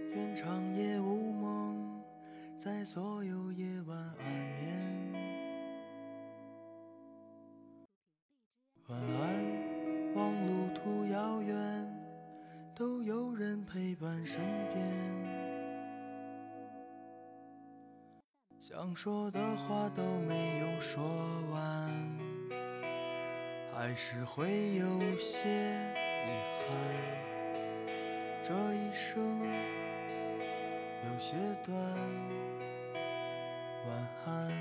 愿长夜无梦，在所有夜晚安眠。晚安，望路途遥远，都有人陪伴身边。想说的话都没有说完，还是会有些遗憾。这一生有些短，晚安。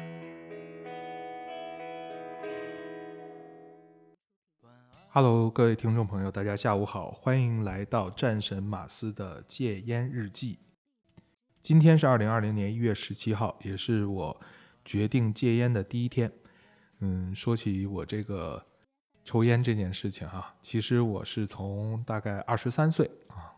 Hello，各位听众朋友，大家下午好，欢迎来到战神马斯的戒烟日记。今天是2020年1月17号，也是我决定戒烟的第一天。说起我这个抽烟这件事情其实我是从大概23岁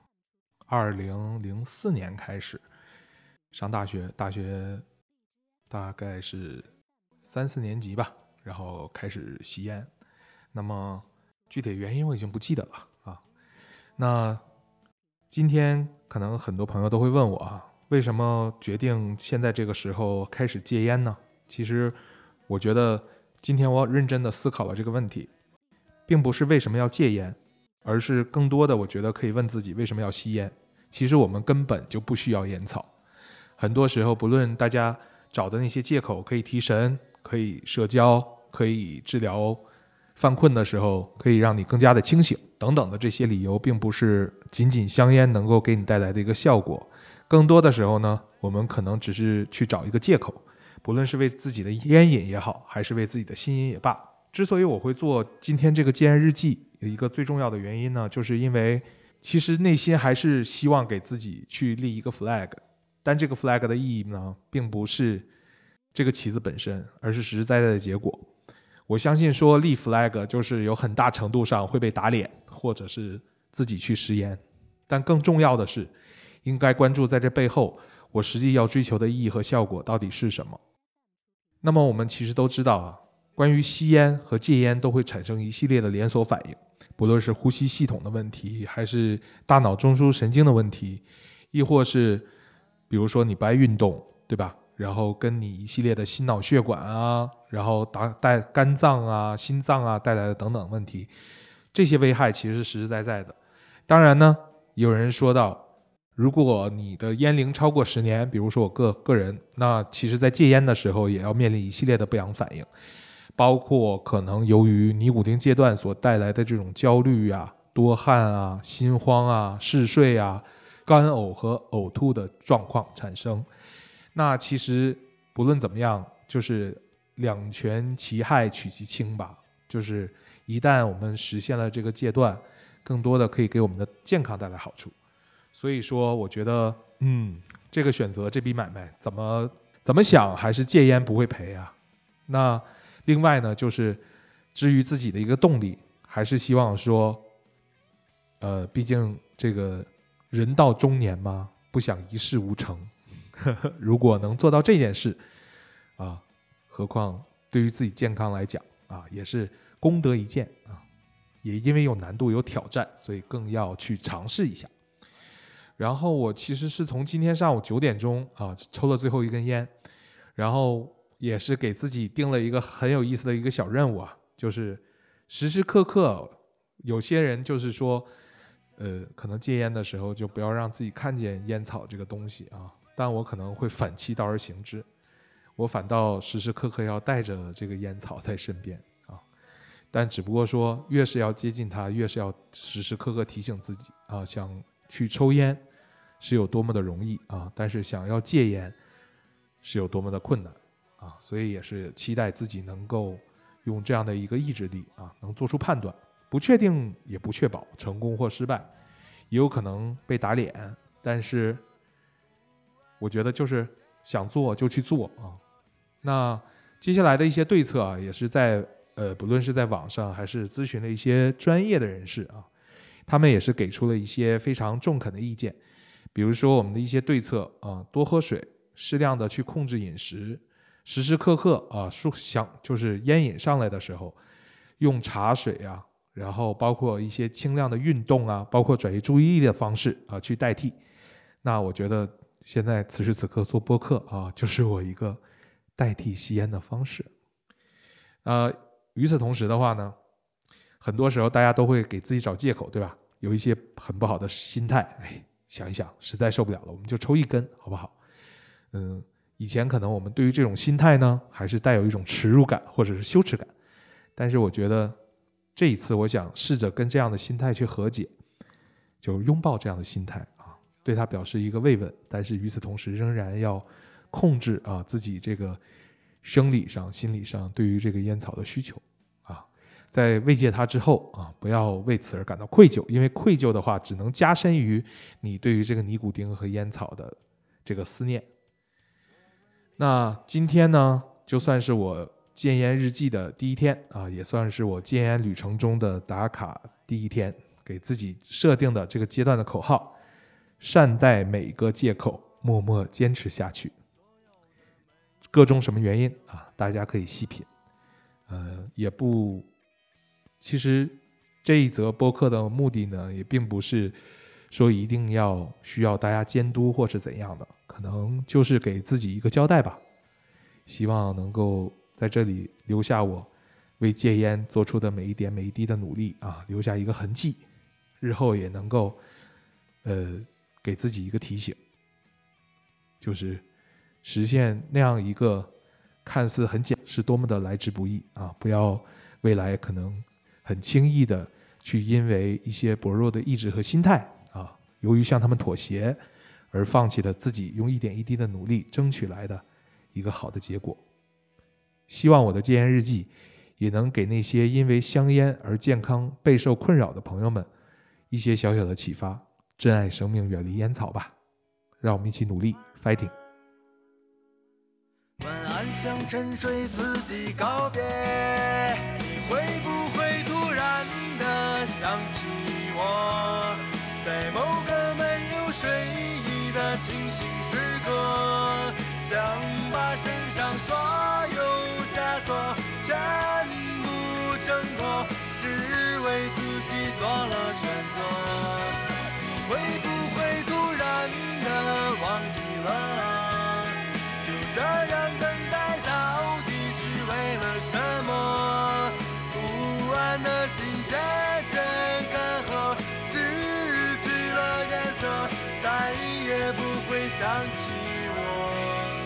2004年开始上大学大概是3、4年级吧，然后开始吸烟。那么具体原因我已经不记得了那今天可能很多朋友都会问我为什么决定现在这个时候开始戒烟呢？其实我觉得今天我认真的思考了这个问题，并不是为什么要戒烟，而是更多的我觉得可以问自己为什么要吸烟。其实我们根本就不需要烟草，很多时候不论大家找的那些借口，可以提神，可以社交，可以治疗犯困的时候，可以让你更加的清醒等等的这些理由，并不是仅仅香烟能够给你带来的一个效果。更多的时候呢，我们可能只是去找一个借口，不论是为自己的烟瘾也好，还是为自己的心瘾也罢。之所以我会做今天这个戒烟日记，有一个最重要的原因呢，就是因为其实内心还是希望给自己去立一个 flag， 但这个 flag 的意义呢，并不是这个旗子本身，而是实实在在的结果。我相信说立 flag 就是有很大程度上会被打脸，或者是自己去食言，但更重要的是应该关注在这背后我实际要追求的意义和效果到底是什么。那么我们其实都知道关于吸烟和戒烟都会产生一系列的连锁反应，不论是呼吸系统的问题，还是大脑中枢神经的问题，亦或是比如说你不爱运动，对吧？然后跟你一系列的心脑血管然后带肝脏心脏带来的等等问题，这些危害其实是实实在在的。当然呢，有人说到，如果你的烟龄超过10年，比如说我个人，那其实在戒烟的时候也要面临一系列的不良反应，包括可能由于尼古丁戒断所带来的这种焦虑多汗心慌嗜睡干呕和呕吐的状况产生。那其实不论怎么样，就是两全其害取其轻吧，就是一旦我们实现了这个戒断，更多的可以给我们的健康带来好处。所以说我觉得这个选择这笔买卖怎么想还是戒烟不会赔那另外呢，就是至于自己的一个动力，还是希望说毕竟这个人到中年嘛，不想一事无成如果能做到这件事何况对于自己健康来讲也是功德一件也因为有难度有挑战，所以更要去尝试一下。然后我其实是从今天上午9点钟抽了最后一根烟，然后也是给自己定了一个很有意思的一个小任务就是时时刻刻，有些人就是说可能戒烟的时候就不要让自己看见烟草这个东西但我可能会反其道而行之，我反倒时时刻刻要带着这个烟草在身边但只不过说越是要接近它，越是要时时刻刻提醒自己想去抽烟是有多么的容易但是想要戒烟是有多么的困难所以也是期待自己能够用这样的一个意志力能做出判断，不确定也不确保成功或失败，也有可能被打脸，但是我觉得就是想做就去做那接下来的一些对策也是在不论是在网上还是咨询了一些专业的人士他们也是给出了一些非常中肯的意见。比如说我们的一些对策多喝水，适量的去控制饮食，时时刻刻就是烟瘾上来的时候用茶水然后包括一些轻量的运动包括转移注意力的方式去代替。 那我觉得现在此时此刻做播客啊，就是我一个代替吸烟的方式。与此同时的话呢，很多时候大家都会给自己找借口，对吧？有一些很不好的心态，想一想，实在受不了了，我们就抽一根，好不好？以前可能我们对于这种心态呢，还是带有一种耻辱感或者是羞耻感，但是我觉得这一次，我想试着跟这样的心态去和解，就拥抱这样的心态啊，对他表示一个慰问，但是与此同时，仍然要控制自己这个生理上、心理上对于这个烟草的需求啊，在慰藉他之后啊，不要为此而感到愧疚，因为愧疚的话，只能加深于你对于这个尼古丁和烟草的这个思念。那今天呢，就算是我戒烟日记的第一天啊，也算是我戒烟旅程中的打卡第一天，给自己设定的这个阶段的口号：善待每一个戒口，默默坚持下去。各种什么原因啊，大家可以细品。其实这一则播客的目的呢，也并不是说一定需要大家监督或是怎样的，可能就是给自己一个交代吧。希望能够在这里留下我为戒烟做出的每一点每一滴的努力啊，留下一个痕迹，日后也能够给自己一个提醒，就是实现那样一个看似很简单是多么的来之不易啊！不要未来可能很轻易的去因为一些薄弱的意志和心态啊，由于向他们妥协而放弃了自己用一点一滴的努力争取来的一个好的结果。希望我的戒烟日记也能给那些因为香烟而健康备受困扰的朋友们一些小小的启发，珍爱生命，远离烟草吧。让我们一起努力 fighting。 晚安向沉睡自己告别，你会不会突然的想起我，在某个没有睡意的清醒时刻，想把身上所有枷锁全部挣脱，只为自己做了选择。会不会突然的忘记了，就这样等待到底是为了什么？不安的心渐渐干涸，失去了颜色，再也不会想起我。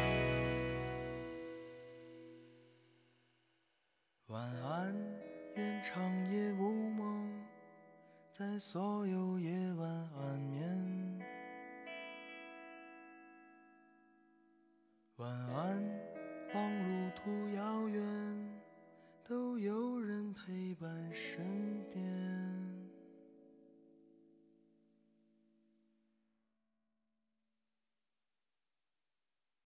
晚安，愿长夜无梦，在所有夜晚安眠。晚安，望路途遥远。